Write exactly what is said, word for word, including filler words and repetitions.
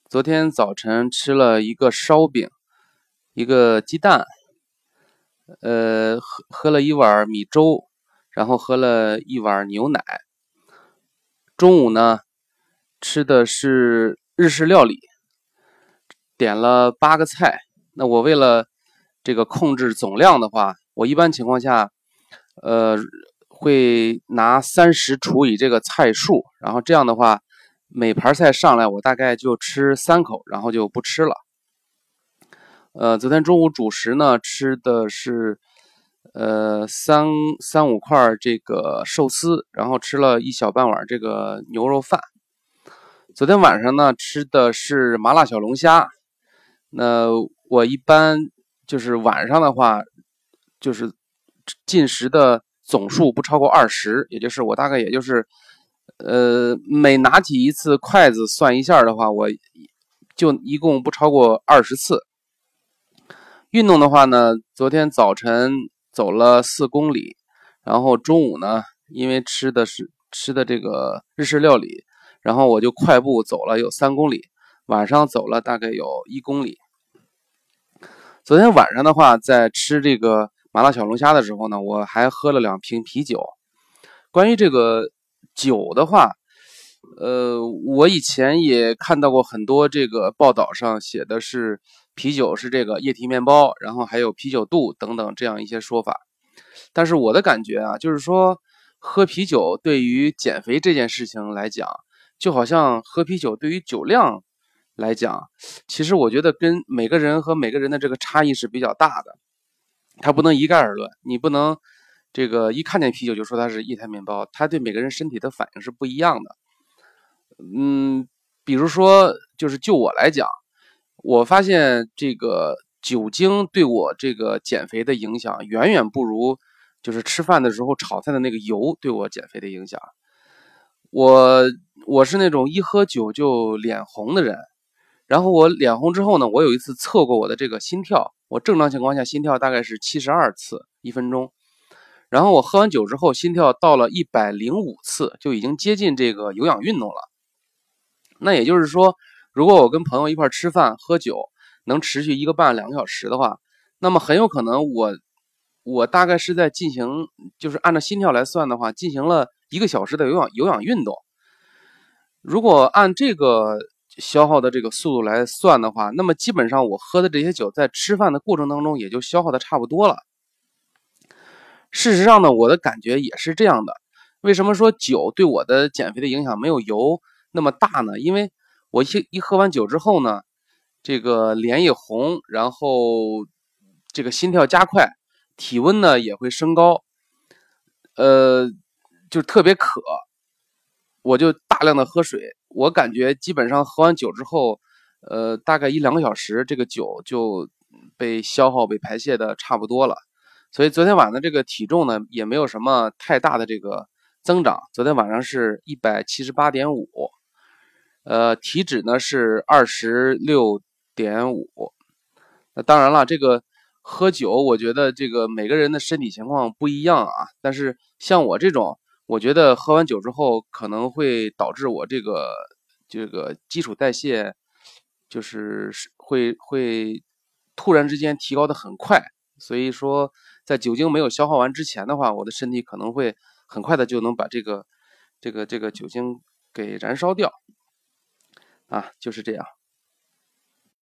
昨天早晨吃了一个烧饼，一个鸡蛋，呃，喝喝了一碗米粥，然后喝了一碗牛奶。中午呢，吃的是日式料理，点了八个菜。那我为了这个控制总量的话，我一般情况下，呃，会拿三十除以这个菜数，然后这样的话，每盘菜上来我大概就吃三口，然后就不吃了。呃，昨天中午主食呢，吃的是呃三三五块这个寿司，然后吃了一小半碗这个牛肉饭。昨天晚上呢，吃的是麻辣小龙虾。那我一般就是晚上的话，就是进食的总数不超过二十，也就是我大概也就是呃每拿起一次筷子算一下的话，我就一共不超过二十次。运动的话呢，昨天早晨走了四公里，然后中午呢，因为吃的是吃的这个日式料理，然后我就快步走了有三公里，晚上走了大概有一公里。昨天晚上的话，在吃这个麻辣小龙虾的时候呢，我还喝了两瓶啤酒。关于这个酒的话，呃，我以前也看到过很多这个报道上写的是啤酒是这个液体面包，然后还有啤酒肚等等这样一些说法。但是我的感觉啊，就是说喝啤酒对于减肥这件事情来讲，就好像喝啤酒对于酒量来讲，其实我觉得跟每个人和每个人的这个差异是比较大的，它不能一概而论。你不能这个一看见啤酒就说它是液态面包，它对每个人身体的反应是不一样的。嗯，比如说，就是就我来讲，我发现这个酒精对我这个减肥的影响，远远不如就是吃饭的时候炒菜的那个油对我减肥的影响。我我是那种一喝酒就脸红的人，然后我脸红之后呢，我有一次测过我的这个心跳，我正常情况下心跳大概是七十二次一分钟，然后我喝完酒之后心跳到了一百零五次，就已经接近这个有氧运动了。那也就是说，如果我跟朋友一块吃饭喝酒，能持续一个半两个小时的话，那么很有可能我我大概是在进行，就是按照心跳来算的话，进行了一个小时的有氧有氧运动。如果按这个消耗的这个速度来算的话，那么基本上我喝的这些酒在吃饭的过程当中也就消耗的差不多了。事实上呢，我的感觉也是这样的。为什么说酒对我的减肥的影响没有油那么大呢？因为我一一喝完酒之后呢，这个脸也红，然后这个心跳加快，体温呢也会升高，呃，就特别渴，我就大量的喝水。我感觉基本上喝完酒之后，呃，大概一两个小时，这个酒就被消耗、被排泄的差不多了。所以昨天晚上这个体重呢，也没有什么太大的这个增长。昨天晚上是一百七十八点五，呃，体脂呢是二十六点五。那当然了，这个喝酒，我觉得这个每个人的身体情况不一样啊。但是像我这种，我觉得喝完酒之后可能会导致我这个这个基础代谢，就是会会突然之间提高的很快。所以说，在酒精没有消耗完之前的话，我的身体可能会很快的就能把这个这个这个酒精给燃烧掉啊，就是这样。